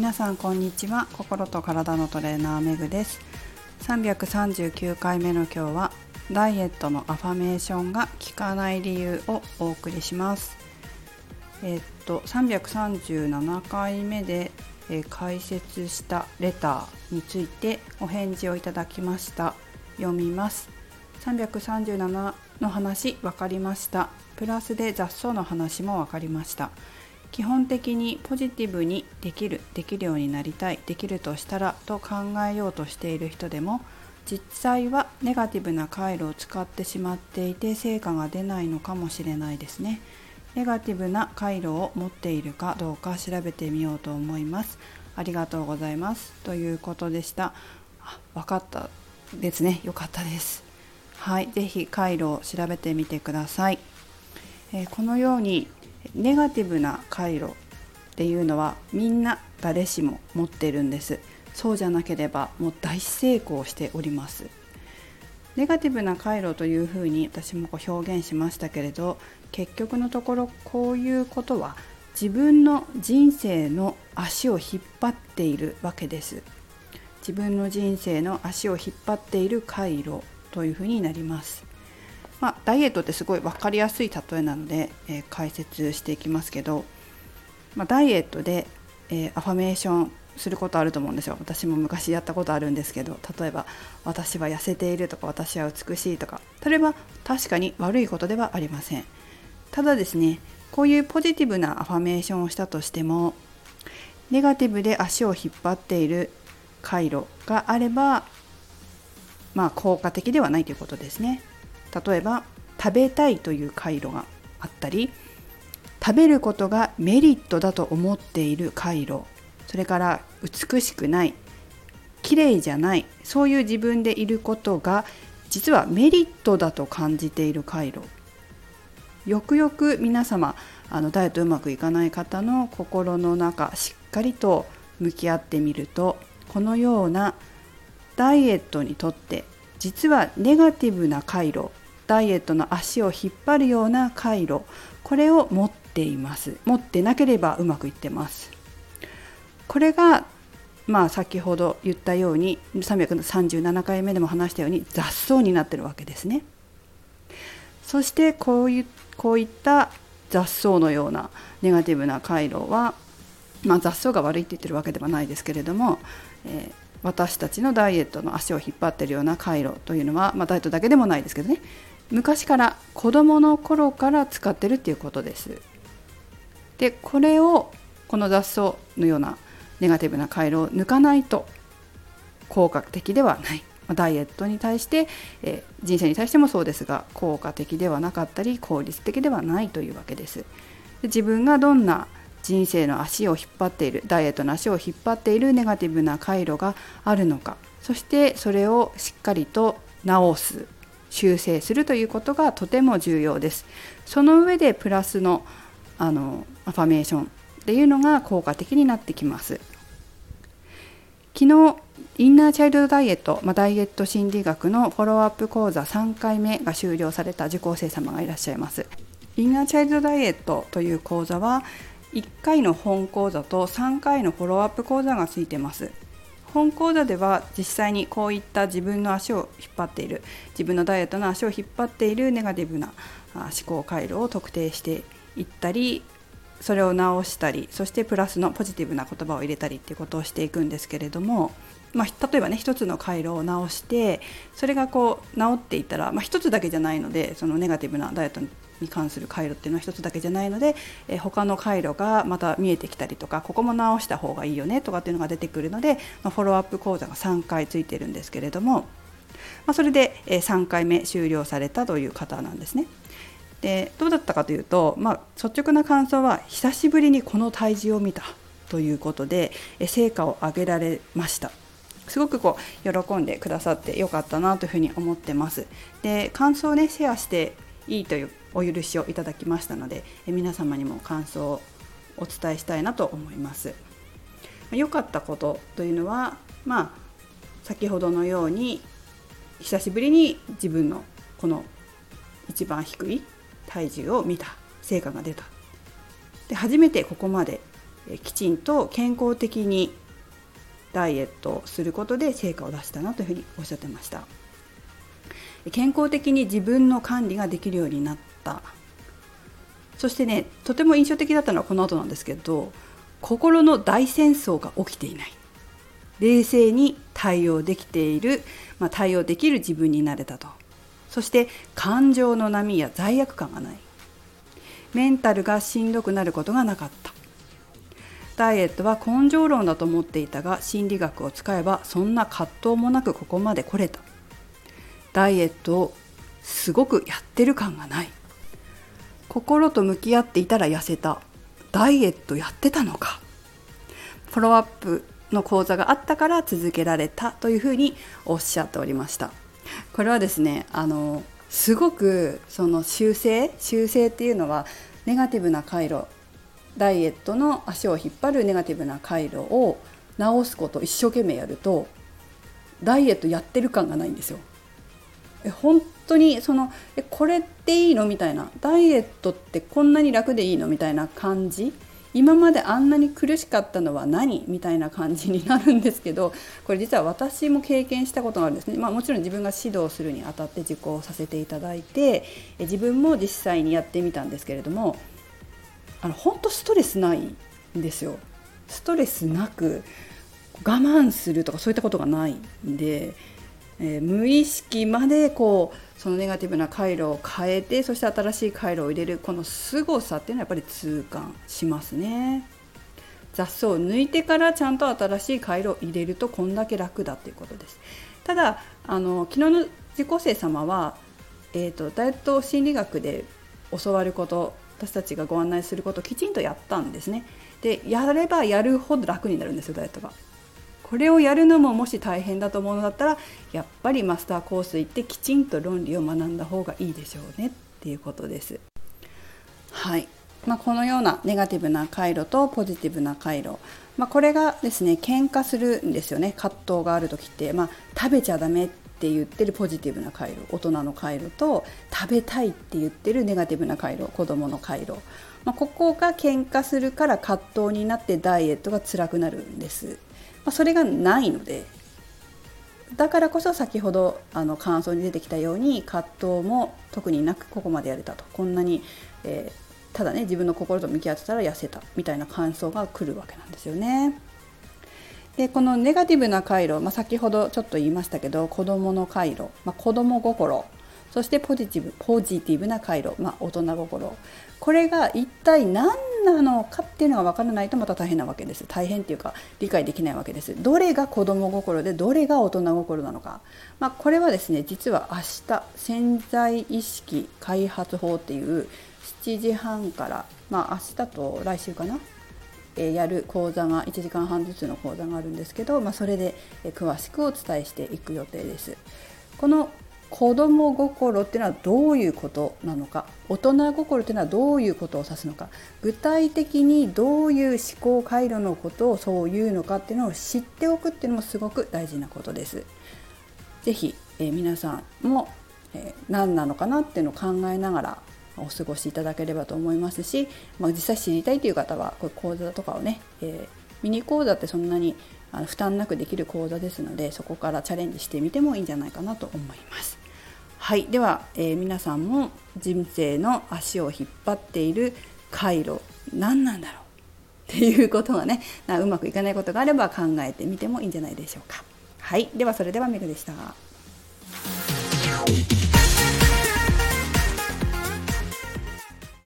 皆さんこんにちは。心と体のトレーナーめぐです。339回目の今日はダイエットのアファメーションが効かない理由をお送りします。337回目で解説したレターについてお返事をいただきました。読みます。337の話分かりました。プラスで雑草の話も分かりました。基本的にポジティブにできるようになりたい、できるとしたらと考えようとしている人でも、実際はネガティブな回路を使ってしまっていて成果が出ないのかもしれないですね。ネガティブな回路を持っているかどうか調べてみようと思います。ありがとうございます。ということでした。分かったですね。よかったです。はい、ぜひ回路を調べてみてください。このようにネガティブな回路っていうのはみんな誰しも持っているんです。そうじゃなければもう大成功しております。ネガティブな回路というふうに私も表現しましたけれど、結局のところこういうことは自分の人生の足を引っ張っているわけです。自分の人生の足を引っ張っている回路というふうになります。ダイエットってすごい分かりやすい例えなので、解説していきますけど、ダイエットで、アファメーションすることあると思うんですよ。私も昔やったことあるんですけど、例えば私は痩せているとか私は美しいとか、それは確かに悪いことではありません。ただですね、こういうポジティブなアファメーションをしたとしても、ネガティブで足を引っ張っている回路があれば、効果的ではないということですね。例えば食べたいという回路があったり、食べることがメリットだと思っている回路、それから美しくない、綺麗じゃない、そういう自分でいることが実はメリットだと感じている回路。よくよく皆様ダイエットうまくいかない方の心の中しっかりと向き合ってみると、このようなダイエットにとって実はネガティブな回路、ダイエットの足を引っ張るような回路、これを持っています。持ってなければうまくいってます。これが先ほど言ったように337回目でも話したように雑草になっているわけですね。そしてこういった雑草のようなネガティブな回路は、雑草が悪いって言ってるわけではないですけれども、私たちのダイエットの足を引っ張っているような回路というのは、ダイエットだけでもないですけどね、昔から子どもの頃から使ってるっていうことです。で、この雑草のようなネガティブな回路を抜かないと効果的ではない。ダイエットに対して、人生に対してもそうですが、効果的ではなかったり効率的ではないというわけです。で、自分がどんな人生の足を引っ張っている、ダイエットの足を引っ張っているネガティブな回路があるのか、そしてそれをしっかりと直す、修正するということがとても重要です。その上でプラスのアファメーションっていうのが効果的になってきます。昨日インナーチャイルドダイエット、ダイエット心理学のフォローアップ講座3回目が終了された受講生様がいらっしゃいます。インナーチャイルドダイエットという講座は1回の本講座と3回のフォローアップ講座がついています。本講座では実際にこういった自分の足を引っ張っている、自分のダイエットの足を引っ張っているネガティブな思考回路を特定していったり、それを直したり、そしてプラスのポジティブな言葉を入れたりっていうことをしていくんですけれども、例えばね、一つの回路を直してそれが治っていったら、一つだけじゃないので、そのネガティブなダイエットに関する回路っていうのは一つだけじゃないので、他の回路がまた見えてきたりとか、ここも直した方がいいよねとかっていうのが出てくるので、フォローアップ講座が3回ついてるんですけれども、それで3回目終了されたという方なんですね。で、どうだったかというと、率直な感想は久しぶりにこの体重を見たということで成果を上げられました。すごく喜んでくださってよかったなというふうに思ってます。で、感想をねシェアしていいというお許しをいただきましたので、皆様にも感想をお伝えしたいなと思います。良かったことというのは、先ほどのように久しぶりに自分のこの一番低い体重を見た、成果が出た。で、初めてここまできちんと健康的にダイエットをすることで成果を出したなというふうにおっしゃってました。健康的に自分の管理ができるようになった。そしてね、とても印象的だったのはこの後なんですけど、心の大戦争が起きていない、冷静に対応できている、対応できる自分になれたと。そして感情の波や罪悪感がない、メンタルがしんどくなることがなかった。ダイエットは根性論だと思っていたが、心理学を使えばそんな葛藤もなくここまで来れた。ダイエットをすごくやってる感がない。心と向き合っていたら痩せた。ダイエットやってたのか。フォローアップの講座があったから続けられたというふうにおっしゃっておりました。これはですね、すごくその修正っていうのは、ネガティブな回路、ダイエットの足を引っ張るネガティブな回路を直すことを一生懸命やると、ダイエットやってる感がないんですよ。本当にこれっていいのみたいな、ダイエットってこんなに楽でいいのみたいな感じ、今まであんなに苦しかったのは何みたいな感じになるんですけど、これ実は私も経験したことがあるんですね。もちろん自分が指導するにあたって受講させていただいて、自分も実際にやってみたんですけれども、本当ストレスないんですよ。ストレスなく我慢するとかそういったことがないんで、無意識までそのネガティブな回路を変えて、そして新しい回路を入れるこの凄さっていうのはやっぱり痛感しますね。雑草を抜いてからちゃんと新しい回路を入れるとこんだけ楽だっていうことです。ただ昨日の受講生様は、ダイエット心理学で教わること、私たちがご案内することをきちんとやったんですね。でやればやるほど楽になるんですよ、ダイエットが。これをやるのももし大変だと思うのだったら、やっぱりマスターコース行ってきちんと論理を学んだ方がいいでしょうねっていうことです。はい、このようなネガティブな回路とポジティブな回路、これがですね喧嘩するんですよね。葛藤がある時って、食べちゃダメって言ってるポジティブな回路、大人の回路と、食べたいって言ってるネガティブな回路、子どもの回路、ここが喧嘩するから葛藤になってダイエットが辛くなるんです。それがないので、だからこそ先ほど感想に出てきたように、葛藤も特になくここまでやれたと、こんなに、ただね自分の心と向き合ってたら痩せたみたいな感想が来るわけなんですよね。でこのネガティブな回路、先ほどちょっと言いましたけど、子どもの回路、子ども心、そしてポジティブな回路、大人心、これが一体何なのかっていうのが分からないとまた大変なわけです。大変っていうか理解できないわけです。どれが子ども心でどれが大人心なのか、これはですね、実は明日潜在意識開発法っていう7時半から、明日と来週かな、やる講座が1時間半ずつの講座があるんですけど、それで詳しくお伝えしていく予定です。この子ども心っていうのはどういうことなのか、大人心っていうのはどういうことを指すのか、具体的にどういう思考回路のことをそういうのかっていうのを知っておくっていうのもすごく大事なことです。ぜひ、皆さんも、何なのかなっていうのを考えながらお過ごしいただければと思いますし、実際知りたいという方はこういう講座とかをね、ミニ講座ってそんなに負担なくできる講座ですので、そこからチャレンジしてみてもいいんじゃないかなと思います。はい、では、皆さんも人生の足を引っ張っている回路何なんだろうっていうことがね、うまくいかないことがあれば考えてみてもいいんじゃないでしょうか。はい、ではそれではめぐでした。